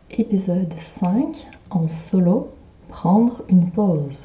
Épisode 5, en solo, prendre une pause.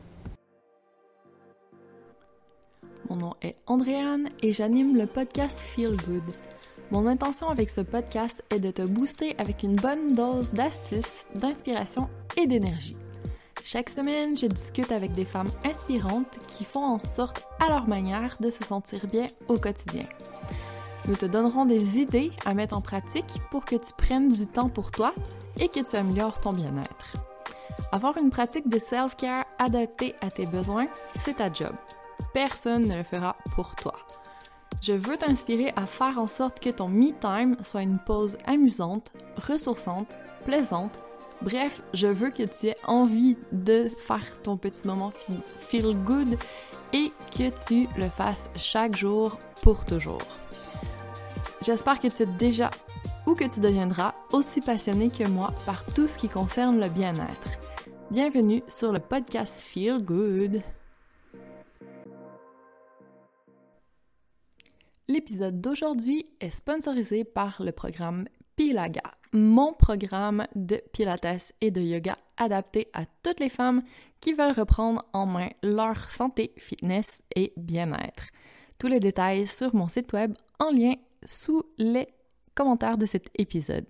Mon nom est Andréane et j'anime le podcast Feel Good. Mon intention avec ce podcast est de te booster avec une bonne dose d'astuces, d'inspiration et d'énergie. Chaque semaine, je discute avec des femmes inspirantes qui font en sorte à leur manière de se sentir bien au quotidien. Nous te donnerons des idées à mettre en pratique pour que tu prennes du temps pour toi et que tu améliores ton bien-être. Avoir une pratique de self-care adaptée à tes besoins, c'est ta job. Personne ne le fera pour toi. Je veux t'inspirer à faire en sorte que ton me-time soit une pause amusante, ressourçante, plaisante. Bref, je veux que tu aies envie de faire ton petit moment feel good et que tu le fasses chaque jour pour toujours. J'espère que tu es déjà ou que tu deviendras aussi passionné que moi par tout ce qui concerne le bien-être. Bienvenue sur le podcast Feel Good. L'épisode d'aujourd'hui est sponsorisé par le programme Pilaga, mon programme de pilates et de yoga adapté à toutes les femmes qui veulent reprendre en main leur santé, fitness et bien-être. Tous les détails sur mon site web en lien sous les commentaires de cet épisode.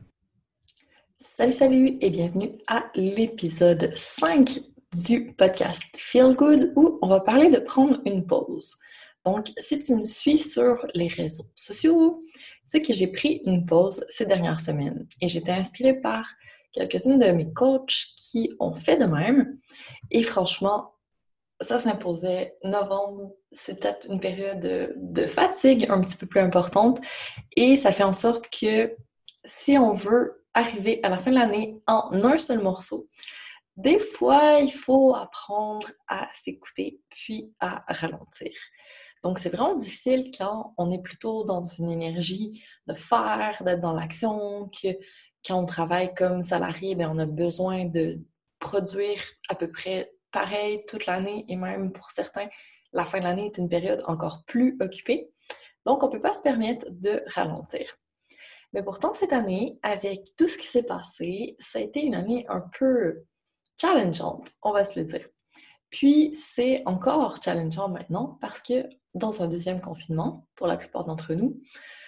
Salut et bienvenue à l'épisode 5 du podcast Feel Good où on va parler de prendre une pause. Donc, si tu me suis sur les réseaux sociaux, tu sais que j'ai pris une pause ces dernières semaines et j'ai été inspirée par quelques-unes de mes coachs qui ont fait de même. Et franchement, ça s'imposait. Novembre, c'était une période de fatigue un petit peu plus importante et ça fait en sorte que si on veut arriver à la fin de l'année en un seul morceau, des fois, il faut apprendre à s'écouter puis à ralentir. Donc, c'est vraiment difficile quand on est plutôt dans une énergie de faire, d'être dans l'action, que quand on travaille comme salarié, bien, on a besoin de produire à peu près pareil toute l'année et même pour certains, la fin de l'année est une période encore plus occupée. Donc, on ne peut pas se permettre de ralentir. Mais pourtant, cette année, avec tout ce qui s'est passé, ça a été une année un peu challengeante, on va se le dire. Puis, c'est encore challengeant maintenant parce que dans un deuxième confinement, pour la plupart d'entre nous,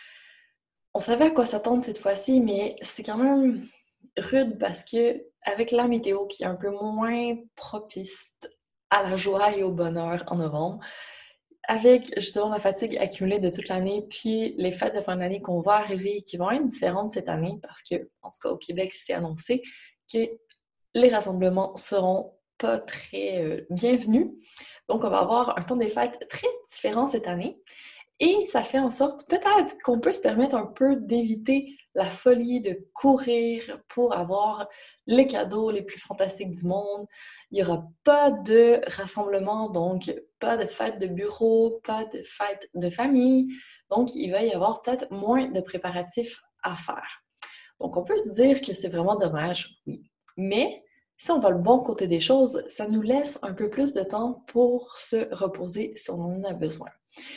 on savait à quoi s'attendre cette fois-ci, mais c'est quand même rude parce que avec la météo qui est un peu moins propice à la joie et au bonheur en novembre, avec justement la fatigue accumulée de toute l'année, puis les fêtes de fin d'année qu'on va arriver, qui vont être différentes cette année, parce que, en tout cas au Québec, c'est annoncé que les rassemblements seront pas très bienvenus. Donc, on va avoir un temps des fêtes très différent cette année. Et ça fait en sorte peut-être qu'on peut se permettre un peu d'éviter la folie de courir pour avoir les cadeaux les plus fantastiques du monde. Il n'y aura pas de rassemblement, donc pas de fête de bureau, pas de fête de famille. Donc, il va y avoir peut-être moins de préparatifs à faire. Donc, on peut se dire que c'est vraiment dommage, oui. Mais si on va le bon côté des choses, ça nous laisse un peu plus de temps pour se reposer si on en a besoin.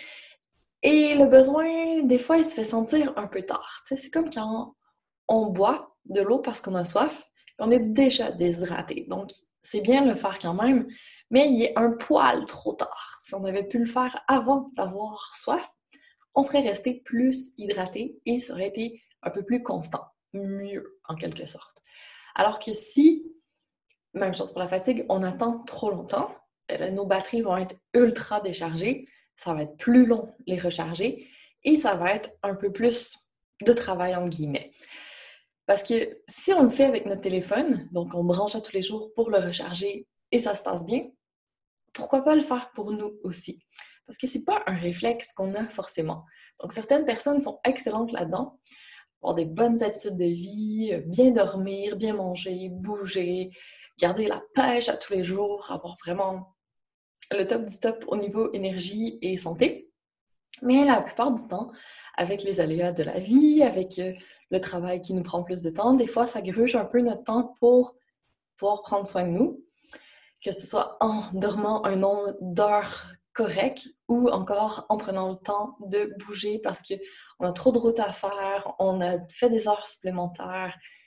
Et le besoin, des fois, il se fait sentir un peu tard. Tu sais, c'est comme quand on boit de l'eau parce qu'on a soif, et on est déjà déshydraté. Donc, c'est bien de le faire quand même, mais il est un poil trop tard. Si on avait pu le faire avant d'avoir soif, on serait resté plus hydraté et ça aurait été un peu plus constant, mieux en quelque sorte. Alors que si, même chose pour la fatigue, on attend trop longtemps, nos batteries vont être ultra déchargées, ça va être plus long les recharger et ça va être un peu plus de travail entre guillemets. Parce que si on le fait avec notre téléphone, donc on branche à tous les jours pour le recharger et ça se passe bien, pourquoi pas le faire pour nous aussi? Parce que c'est pas un réflexe qu'on a forcément. Donc certaines personnes sont excellentes là-dedans, avoir des bonnes habitudes de vie, bien dormir, bien manger, bouger, garder la pêche à tous les jours, avoir vraiment le top du top au niveau énergie et santé. Mais la plupart du temps, avec les aléas de la vie, avec le travail qui nous prend plus de temps, des fois, ça gruge un peu notre temps pour pouvoir prendre soin de nous, que ce soit en dormant un nombre d'heures correct ou encore en prenant le temps de bouger parce qu'on a trop de routes à faire, on a fait des heures supplémentaires.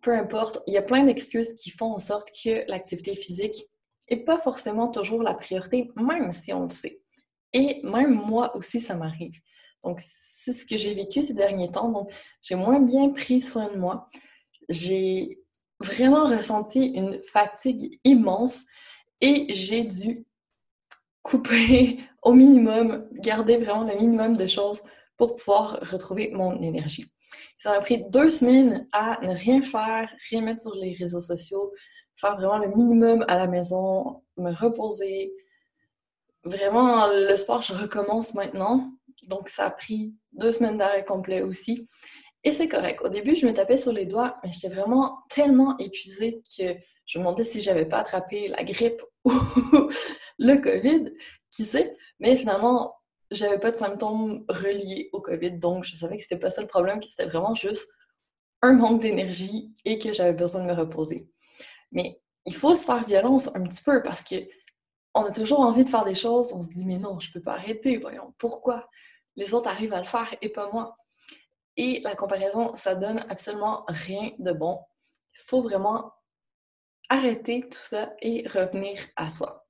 peu importe, il y a plein d'excuses qui font en sorte que l'activité physique n'est pas forcément toujours la priorité, même si on le sait. Et même moi aussi, ça m'arrive. Donc, c'est ce que j'ai vécu ces derniers temps. Donc, j'ai moins bien pris soin de moi. J'ai vraiment ressenti une fatigue immense et j'ai dû couper au minimum, garder vraiment le minimum de choses pour pouvoir retrouver mon énergie. Ça m'a pris 2 semaines à ne rien faire, rien mettre sur les réseaux sociaux, faire vraiment le minimum à la maison, me reposer. Vraiment, le sport, je recommence maintenant. Donc, ça a pris 2 semaines d'arrêt complet aussi. Et c'est correct. Au début, je me tapais sur les doigts, mais j'étais vraiment tellement épuisée que je me demandais si j'avais pas attrapé la grippe ou le COVID, qui sait. Mais finalement, j'avais pas de symptômes reliés au COVID, donc je savais que c'était pas ça le problème, que c'était vraiment juste un manque d'énergie et que j'avais besoin de me reposer. Mais il faut se faire violence un petit peu parce que on a toujours envie de faire des choses, on se dit mais non, je peux pas arrêter, voyons, pourquoi? Les autres arrivent à le faire et pas moi. Et la comparaison, ça donne absolument rien de bon. Il faut vraiment arrêter tout ça et revenir à soi.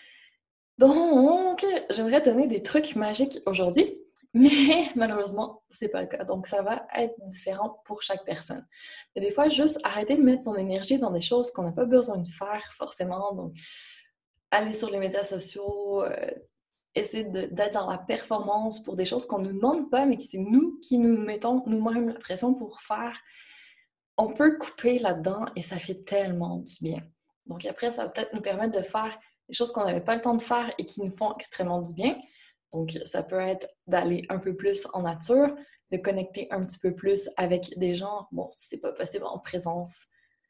Donc, j'aimerais donner des trucs magiques aujourd'hui, mais malheureusement, c'est pas le cas. Donc, ça va être différent pour chaque personne. Mais des fois, juste arrêter de mettre son énergie dans des choses qu'on n'a pas besoin de faire forcément. Donc, aller sur les médias sociaux, essayer d'être dans la performance pour des choses qu'on ne nous demande pas, mais que c'est nous qui nous mettons nous-mêmes la pression pour faire. On peut couper là-dedans et ça fait tellement du bien. Donc après, ça va peut-être nous permettre de faire des choses qu'on n'avait pas le temps de faire et qui nous font extrêmement du bien. Donc ça peut être d'aller un peu plus en nature, de connecter un petit peu plus avec des gens. Bon, si c'est pas possible en présence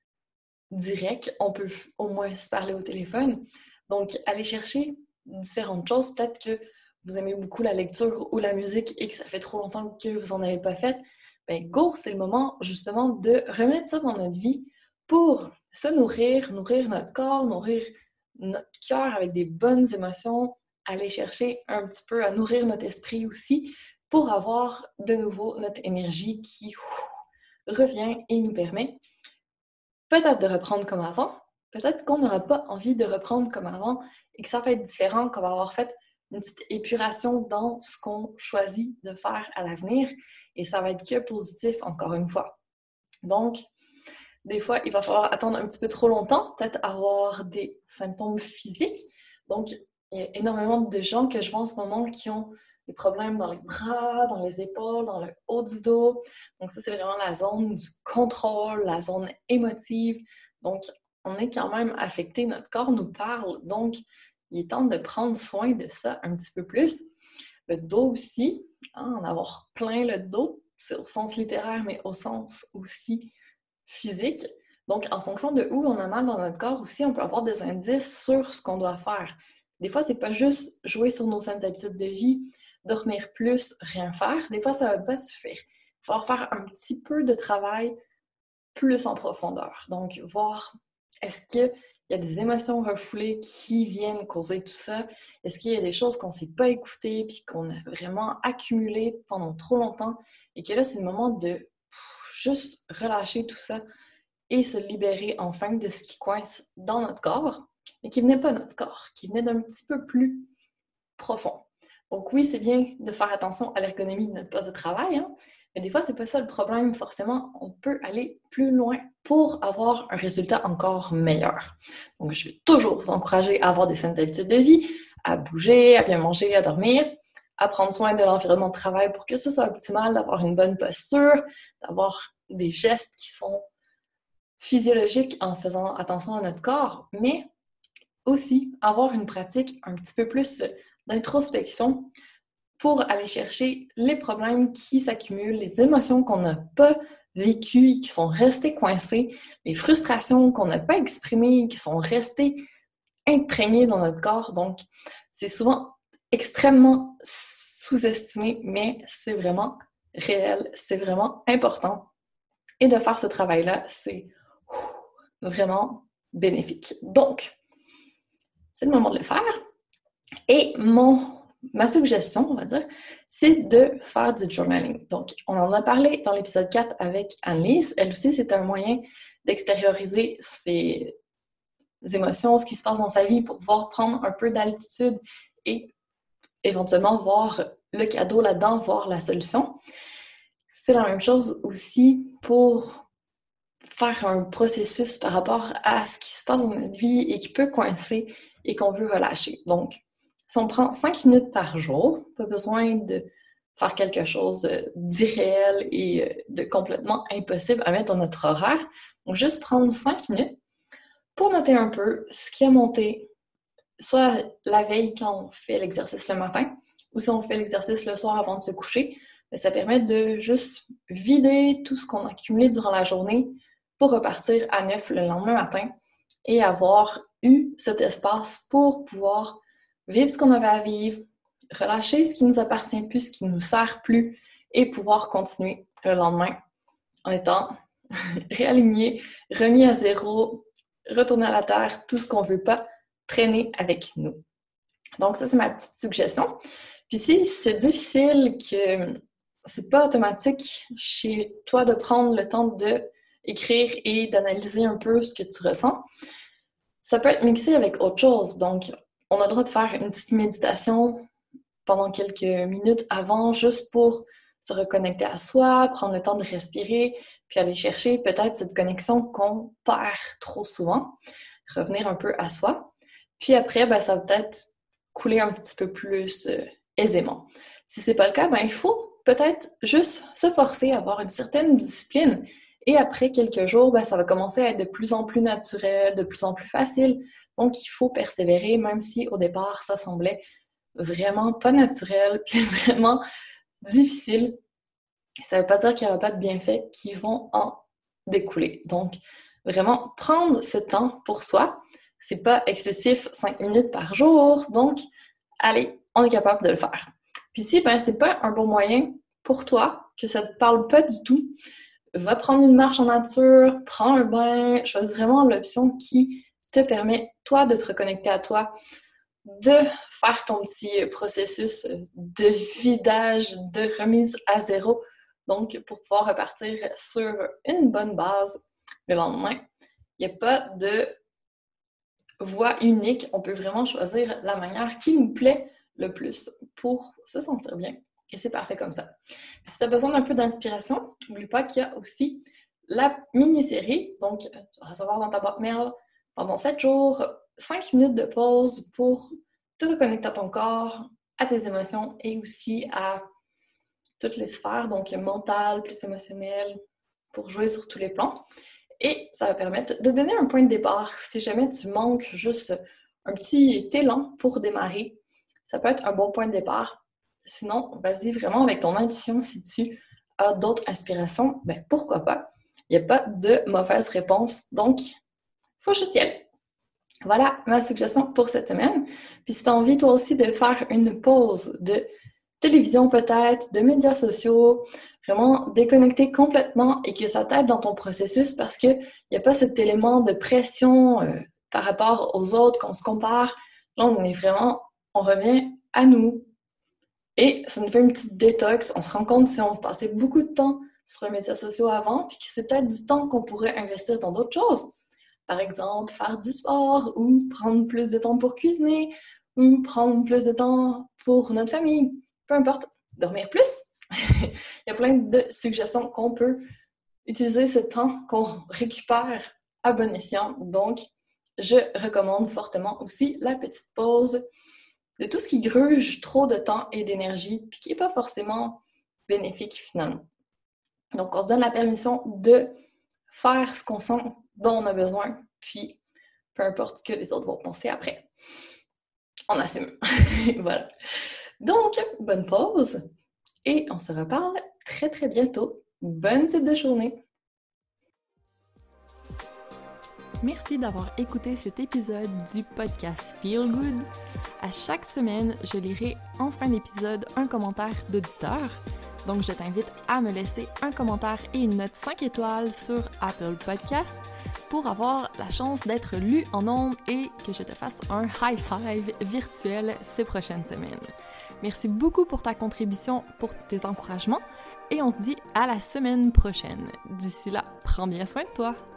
directe, on peut au moins se parler au téléphone. Donc aller chercher différentes choses. Peut-être que vous aimez beaucoup la lecture ou la musique et que ça fait trop longtemps que vous n'en avez pas fait. Ben go, c'est le moment justement de remettre ça dans notre vie pour se nourrir, nourrir notre corps, nourrir notre cœur avec des bonnes émotions, aller chercher un petit peu à nourrir notre esprit aussi pour avoir de nouveau notre énergie qui revient et nous permet peut-être de reprendre comme avant, peut-être qu'on n'aura pas envie de reprendre comme avant et que ça va être différent, qu'on va avoir fait une petite épuration dans ce qu'on choisit de faire à l'avenir et ça va être que positif encore une fois. Donc, des fois, il va falloir attendre un petit peu trop longtemps, peut-être avoir des symptômes physiques. Donc, il y a énormément de gens que je vois en ce moment qui ont des problèmes dans les bras, dans les épaules, dans le haut du dos. Donc ça, c'est vraiment la zone du contrôle, la zone émotive. Donc, on est quand même affecté, notre corps nous parle. Donc, il est temps de prendre soin de ça un petit peu plus. Le dos aussi, en avoir plein le dos, c'est au sens littéraire, mais au sens aussi physique. Donc, en fonction de où on a mal dans notre corps aussi, on peut avoir des indices sur ce qu'on doit faire. Des fois, c'est pas juste jouer sur nos saines habitudes de vie, dormir plus, rien faire. Des fois, ça va pas suffire. Il va falloir faire un petit peu de travail plus en profondeur. Donc, voir est-ce qu'il y a des émotions refoulées qui viennent causer tout ça? Est-ce qu'il y a des choses qu'on ne s'est pas écoutées puis qu'on a vraiment accumulées pendant trop longtemps et que là, c'est le moment de juste relâcher tout ça et se libérer enfin de ce qui coince dans notre corps, mais qui venait pas de notre corps, qui venait d'un petit peu plus profond. Donc oui, c'est bien de faire attention à l'ergonomie de notre poste de travail, hein, mais des fois, c'est pas ça le problème. Forcément, on peut aller plus loin pour avoir un résultat encore meilleur. Donc, je vais toujours vous encourager à avoir des saines habitudes de vie, à bouger, à bien manger, à dormir, à prendre soin de l'environnement de travail pour que ce soit optimal, d'avoir une bonne posture, d'avoir des gestes qui sont physiologiques en faisant attention à notre corps, mais aussi avoir une pratique un petit peu plus d'introspection pour aller chercher les problèmes qui s'accumulent, les émotions qu'on n'a pas vécues, qui sont restées coincées, les frustrations qu'on n'a pas exprimées, qui sont restées imprégnées dans notre corps. Donc, c'est souvent extrêmement sous-estimé, mais c'est vraiment réel, c'est vraiment important. Et de faire ce travail-là, c'est vraiment bénéfique. Donc, c'est le moment de le faire. Et ma suggestion, on va dire, c'est de faire du journaling. Donc, on en a parlé dans l'épisode 4 avec Annelise. Elle aussi, c'est un moyen d'extérioriser ses émotions, ce qui se passe dans sa vie pour pouvoir prendre un peu d'altitude et éventuellement voir le cadeau là-dedans, voir la solution. C'est la même chose aussi pour faire un processus par rapport à ce qui se passe dans notre vie et qui peut coincer et qu'on veut relâcher. Donc, si on prend 5 minutes par jour, pas besoin de faire quelque chose d'irréel et de complètement impossible à mettre dans notre horaire. Donc, juste prendre 5 minutes pour noter un peu ce qui a monté, soit la veille quand on fait l'exercice le matin, ou si on fait l'exercice le soir avant de se coucher. Ça permet de juste vider tout ce qu'on a accumulé durant la journée pour repartir à neuf le lendemain matin et avoir eu cet espace pour pouvoir vivre ce qu'on avait à vivre, relâcher ce qui nous appartient plus, ce qui ne nous sert plus et pouvoir continuer le lendemain en étant réaligné, remis à zéro, retourner à la terre, tout ce qu'on ne veut pas traîner avec nous. Donc ça, c'est ma petite suggestion. Puis si c'est difficile, que c'est pas automatique chez toi de prendre le temps d'écrire et d'analyser un peu ce que tu ressens, ça peut être mixé avec autre chose. Donc, on a le droit de faire une petite méditation pendant quelques minutes avant, juste pour se reconnecter à soi, prendre le temps de respirer, puis aller chercher peut-être cette connexion qu'on perd trop souvent, revenir un peu à soi. Puis après, ça va peut-être couler un petit peu plus aisément. Si c'est pas le cas, il faut peut-être juste se forcer à avoir une certaine discipline. Et après quelques jours, ça va commencer à être de plus en plus naturel, de plus en plus facile. Donc, il faut persévérer, même si au départ, ça semblait vraiment pas naturel, puis vraiment difficile. Ça veut pas dire qu'il n'y aura pas de bienfaits qui vont en découler. Donc, vraiment, prendre ce temps pour soi, c'est pas excessif, 5 minutes par jour. Donc, allez, on est capable de le faire. Puis si c'est pas un bon moyen pour toi, que ça te parle pas du tout, va prendre une marche en nature, prends un bain, choisis vraiment l'option qui te permet, toi, de te reconnecter à toi, de faire ton petit processus de vidage, de remise à zéro, donc pour pouvoir repartir sur une bonne base le lendemain. Il n'y a pas de voie unique, on peut vraiment choisir la manière qui nous plaît le plus pour se sentir bien. Et c'est parfait comme ça. Si tu as besoin d'un peu d'inspiration, n'oublie pas qu'il y a aussi la mini-série. Donc, tu vas recevoir dans ta boîte mail pendant 7 jours, 5 minutes de pause pour te reconnecter à ton corps, à tes émotions et aussi à toutes les sphères, donc mentale, plus émotionnelle, pour jouer sur tous les plans. Et ça va permettre de donner un point de départ. Si jamais tu manques juste un petit élan pour démarrer, ça peut être un bon point de départ. Sinon, vas-y vraiment avec ton intuition. Si tu as d'autres inspirations, pourquoi pas. Il n'y a pas de mauvaise réponse, donc il faut juste y aller. Voilà ma suggestion pour cette semaine. Puis si tu as envie toi aussi de faire une pause de télévision peut-être, de médias sociaux, vraiment déconnecter complètement et que ça t'aide dans ton processus parce qu'il n'y a pas cet élément de pression par rapport aux autres, qu'on se compare. Là, on revient à nous. Et ça nous fait une petite détox. On se rend compte si on passait beaucoup de temps sur les médias sociaux avant, puis que c'est peut-être du temps qu'on pourrait investir dans d'autres choses. Par exemple, faire du sport ou prendre plus de temps pour cuisiner ou prendre plus de temps pour notre famille. Peu importe, dormir plus. Il y a plein de suggestions qu'on peut utiliser ce temps qu'on récupère à bon escient. Donc, je recommande fortement aussi la petite pause de tout ce qui gruge trop de temps et d'énergie puis qui n'est pas forcément bénéfique finalement. Donc, on se donne la permission de faire ce qu'on sent dont on a besoin, puis peu importe ce que les autres vont penser après. On assume. Voilà. Donc, bonne pause et on se reparle très très bientôt. Bonne suite de journée! Merci d'avoir écouté cet épisode du podcast Feel Good. À chaque semaine, je lirai en fin d'épisode un commentaire d'auditeur. Donc, je t'invite à me laisser un commentaire et une note 5 étoiles sur Apple Podcast pour avoir la chance d'être lu en ondes et que je te fasse un high five virtuel ces prochaines semaines. Merci beaucoup pour ta contribution, pour tes encouragements et on se dit à la semaine prochaine. D'ici là, prends bien soin de toi.